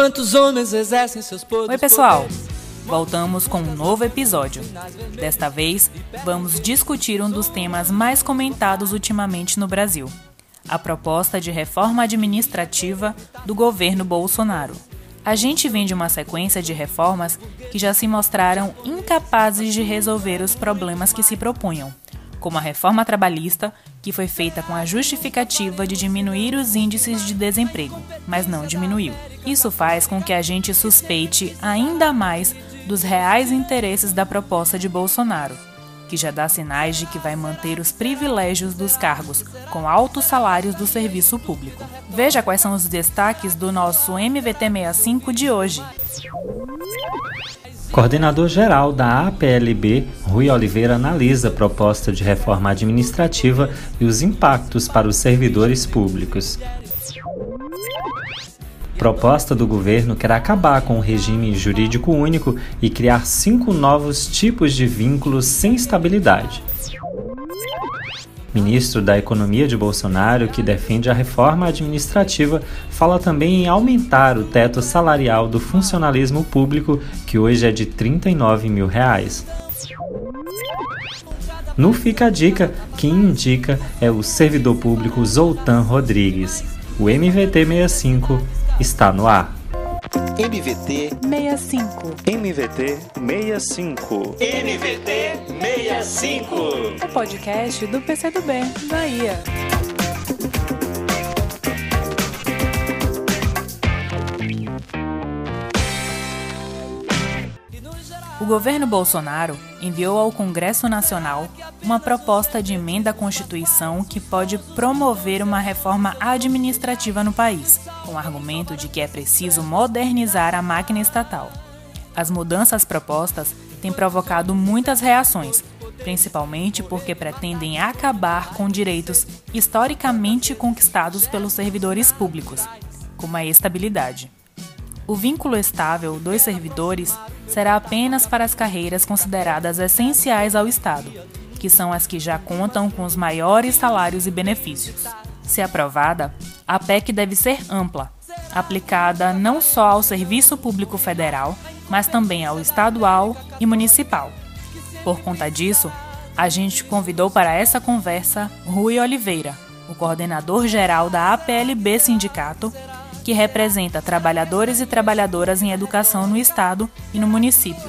enquanto os homens exercem seus poderes. Oi, pessoal! Voltamos com um novo episódio. Desta vez, vamos discutir um dos temas mais comentados ultimamente no Brasil: a proposta de reforma administrativa do governo Bolsonaro. A gente vem de uma sequência de reformas que já se mostraram incapazes de resolver os problemas que se propunham, como a reforma trabalhista, que foi feita com a justificativa de diminuir os índices de desemprego, mas não diminuiu. Isso faz com que a gente suspeite ainda mais dos reais interesses da proposta de Bolsonaro, que já dá sinais de que vai manter os privilégios dos cargos com altos salários do serviço público. Veja quais são os destaques do nosso MVT65 de hoje. Coordenador-geral da APLB, Rui Oliveira, analisa a proposta de reforma administrativa e os impactos para os servidores públicos. Proposta do governo quer acabar com o regime jurídico único e criar 5 novos tipos de vínculos sem estabilidade. Ministro da Economia de Bolsonaro, que defende a reforma administrativa, fala também em aumentar o teto salarial do funcionalismo público, que hoje é de R$ 39 mil. No Fica a Dica, quem indica é o servidor público Zoltan Rodrigues. O MVT 65 está no ar. MVT 65. MVT 65. MVT 65. O podcast do PCdoB, Bahia. O governo Bolsonaro enviou ao Congresso Nacional uma proposta de emenda à Constituição que pode promover uma reforma administrativa no país, com o argumento de que é preciso modernizar a máquina estatal. As mudanças propostas têm provocado muitas reações, principalmente porque pretendem acabar com direitos historicamente conquistados pelos servidores públicos, como a estabilidade. O vínculo estável dos servidores será apenas para as carreiras consideradas essenciais ao Estado, que são as que já contam com os maiores salários e benefícios. Se aprovada, a PEC deve ser ampla, aplicada não só ao Serviço Público Federal, mas também ao estadual e municipal. Por conta disso, a gente convidou para essa conversa Rui Oliveira, o coordenador-geral da APLB Sindicato, que representa trabalhadores e trabalhadoras em educação no Estado e no município.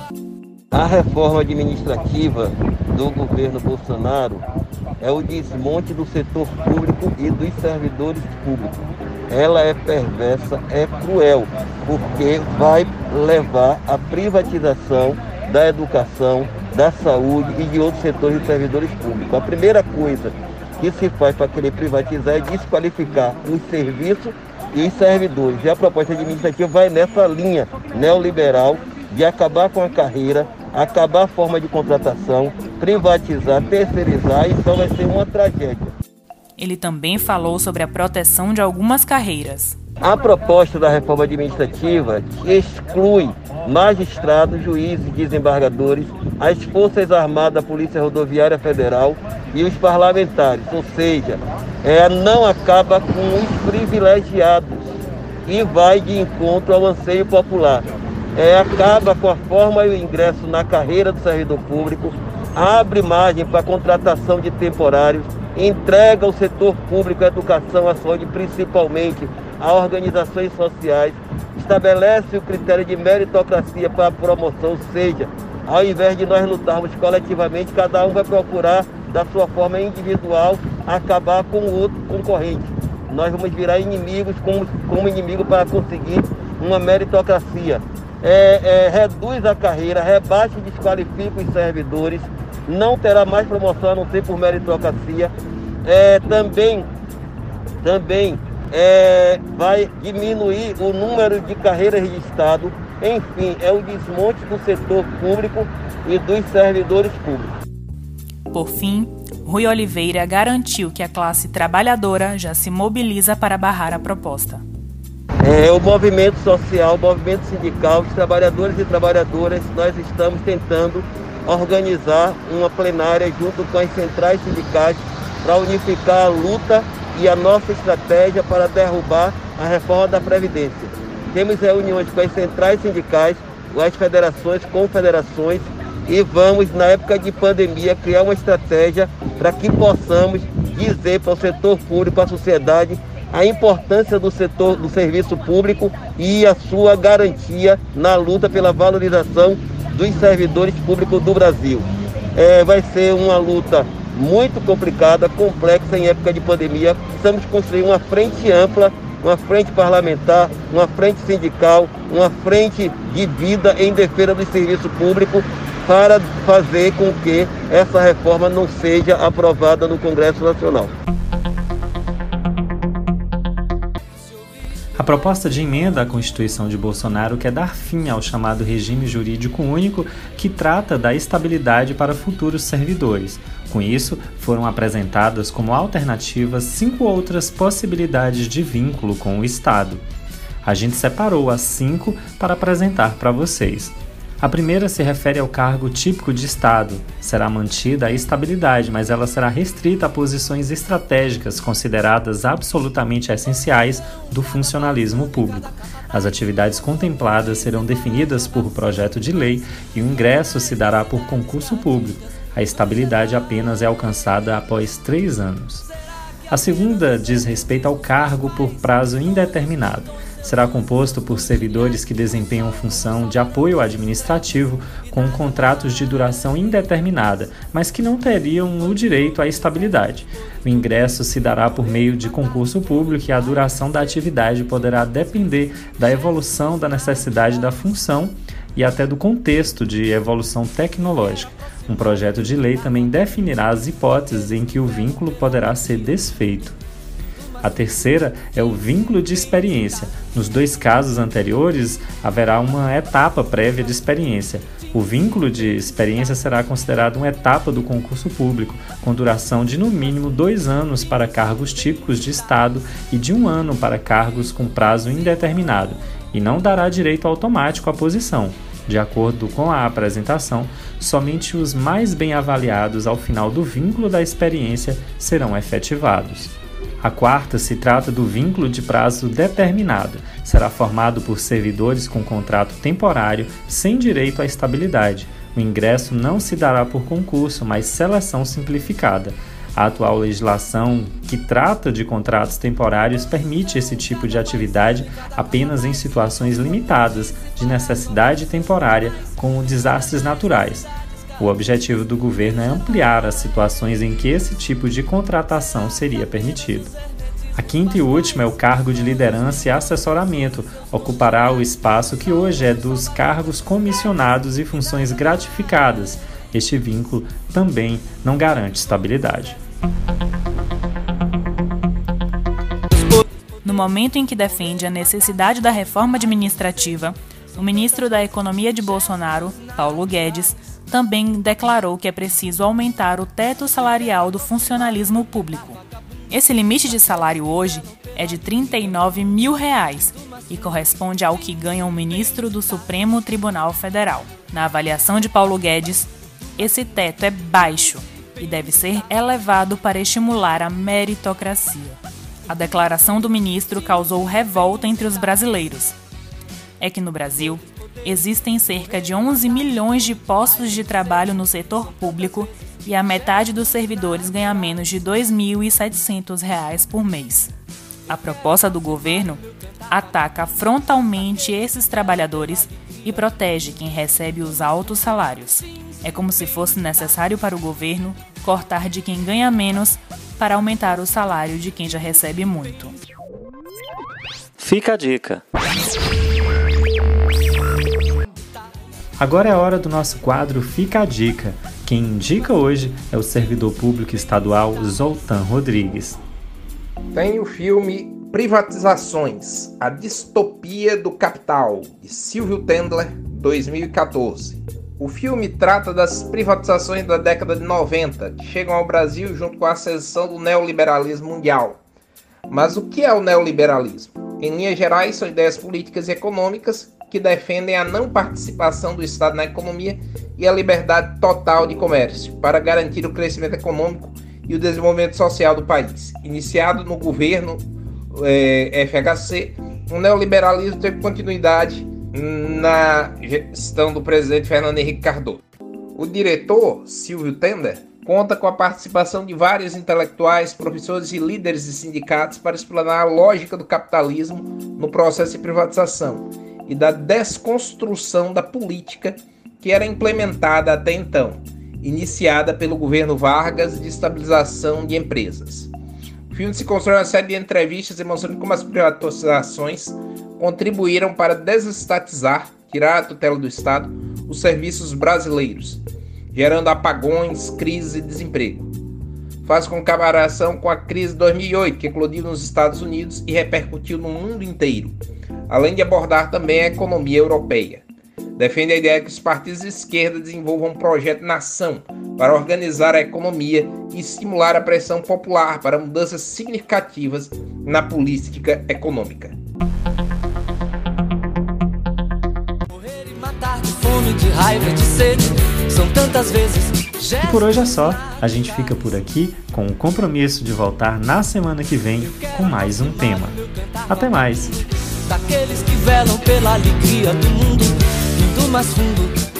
A reforma administrativa do governo Bolsonaro é o desmonte do setor público e dos servidores públicos. Ela é perversa, é cruel, porque vai levar à privatização da educação, da saúde e de outros setores de servidores públicos. A primeira coisa que se faz para querer privatizar é desqualificar os serviços e os servidores. E a proposta administrativa vai nessa linha neoliberal de acabar com a carreira, acabar a forma de contratação, privatizar, terceirizar, e só vai ser uma tragédia. Ele também falou sobre a proteção de algumas carreiras. A proposta da reforma administrativa exclui magistrados, juízes, desembargadores, as Forças Armadas, a Polícia Rodoviária Federal e os parlamentares, ou seja, não acaba com os privilegiados e vai de encontro ao anseio popular. Acaba com a forma e o ingresso na carreira do servidor público, abre margem para a contratação de temporários, entrega ao setor público, a educação, a saúde, principalmente a organizações sociais, estabelece o critério de meritocracia para a promoção, ou seja, ao invés de nós lutarmos coletivamente, cada um vai procurar, da sua forma individual, acabar com o outro concorrente. Nós vamos virar inimigos como inimigo para conseguir uma meritocracia. Reduz a carreira, rebaixa e desqualifica os servidores, não terá mais promoção a não ser por meritocracia. Também vai diminuir o número de carreiras de Estado. Enfim, é o desmonte do setor público e dos servidores públicos. Por fim, Rui Oliveira garantiu que a classe trabalhadora já se mobiliza para barrar a proposta. O movimento social, o movimento sindical, os trabalhadores e trabalhadoras, nós estamos tentando organizar uma plenária junto com as centrais sindicais para unificar a luta e a nossa estratégia para derrubar a reforma da Previdência. temos reuniões com as centrais sindicais, com as federações, confederações, e vamos, na época de pandemia, criar uma estratégia para que possamos dizer para o setor público, para a sociedade, a importância do setor do serviço público e a sua garantia na luta pela valorização dos servidores públicos do Brasil. Vai ser uma luta muito complicada, complexa em época de pandemia. Precisamos construir uma frente ampla, uma frente parlamentar, uma frente sindical, uma frente de vida em defesa do serviço público, para fazer com que essa reforma não seja aprovada no Congresso Nacional. A proposta de emenda à Constituição de Bolsonaro quer dar fim ao chamado regime jurídico único, que trata da estabilidade para futuros servidores. Com isso, foram apresentadas como alternativas 5 outras possibilidades de vínculo com o Estado. A gente separou as 5 para apresentar para vocês. A primeira se refere ao cargo típico de Estado. Será mantida a estabilidade, mas ela será restrita a posições estratégicas consideradas absolutamente essenciais do funcionalismo público. As atividades contempladas serão definidas por projeto de lei e o ingresso se dará por concurso público. A estabilidade apenas é alcançada após 3 anos. A segunda diz respeito ao cargo por prazo indeterminado. Será composto por servidores que desempenham função de apoio administrativo com contratos de duração indeterminada, mas que não teriam o direito à estabilidade. O ingresso se dará por meio de concurso público e a duração da atividade poderá depender da evolução da necessidade da função e até do contexto de evolução tecnológica. Um projeto de lei também definirá as hipóteses em que o vínculo poderá ser desfeito. A terceira é o vínculo de experiência. Nos 2 casos anteriores, haverá uma etapa prévia de experiência. O vínculo de experiência será considerado uma etapa do concurso público, com duração de no mínimo 2 anos para cargos típicos de Estado e de 1 ano para cargos com prazo indeterminado, e não dará direito automático à posição. De acordo com a apresentação, somente os mais bem avaliados ao final do vínculo da experiência serão efetivados. A quarta se trata do vínculo de prazo determinado. Será formado por servidores com contrato temporário sem direito à estabilidade. O ingresso não se dará por concurso, mas seleção simplificada. A atual legislação que trata de contratos temporários permite esse tipo de atividade apenas em situações limitadas de necessidade temporária, como desastres naturais. O objetivo do governo é ampliar as situações em que esse tipo de contratação seria permitido. A quinta e última é o cargo de liderança e assessoramento. Ocupará o espaço que hoje é dos cargos comissionados e funções gratificadas. Este vínculo também não garante estabilidade. No momento em que defende a necessidade da reforma administrativa, o ministro da Economia de Bolsonaro, Paulo Guedes, também declarou que é preciso aumentar o teto salarial do funcionalismo público. Esse limite de salário hoje é de R$ 39 mil e corresponde ao que ganha um ministro do Supremo Tribunal Federal. Na avaliação de Paulo Guedes, esse teto é baixo e deve ser elevado para estimular a meritocracia. A declaração do ministro causou revolta entre os brasileiros. É que no Brasil, existem cerca de 11 milhões de postos de trabalho no setor público e a metade dos servidores ganha menos de R$ 2.700 por mês. A proposta do governo ataca frontalmente esses trabalhadores e protege quem recebe os altos salários. É como se fosse necessário para o governo cortar de quem ganha menos para aumentar o salário de quem já recebe muito. Fica a dica. Agora é a hora do nosso quadro Fica a Dica. Quem indica hoje é o servidor público estadual Zoltan Rodrigues. Tem o filme Privatizações, a distopia do capital, de Silvio Tendler, 2014. O filme trata das privatizações da década de 90, que chegam ao Brasil junto com a ascensão do neoliberalismo mundial. Mas o que é o neoliberalismo? Em linhas gerais, são ideias políticas e econômicas que defendem a não participação do Estado na economia e a liberdade total de comércio, para garantir o crescimento econômico e o desenvolvimento social do país. Iniciado no governo FHC, o neoliberalismo teve continuidade na gestão do presidente Fernando Henrique Cardoso. O diretor, Silvio Tender, conta com a participação de vários intelectuais, professores e líderes de sindicatos para explanar a lógica do capitalismo no processo de privatização e da desconstrução da política que era implementada até então, iniciada pelo governo Vargas de estabilização de empresas. O filme se constrói uma série de entrevistas demonstrando como as privatizações contribuíram para desestatizar, tirar a tutela do Estado, os serviços brasileiros, gerando apagões, crises e desemprego. Faz comparação com a crise de 2008, que eclodiu nos Estados Unidos e repercutiu no mundo inteiro, além de abordar também a economia europeia. Defende a ideia que os partidos de esquerda desenvolvam um projeto nação para organizar a economia e estimular a pressão popular para mudanças significativas na política econômica. Morrer e matar de fome, de raiva, de sede, são tantas vezes. E por hoje é só, a gente fica por aqui com o compromisso de voltar na semana que vem com mais um tema. Até mais! Daqueles que velam pela alegria do mundo, indo mais fundo.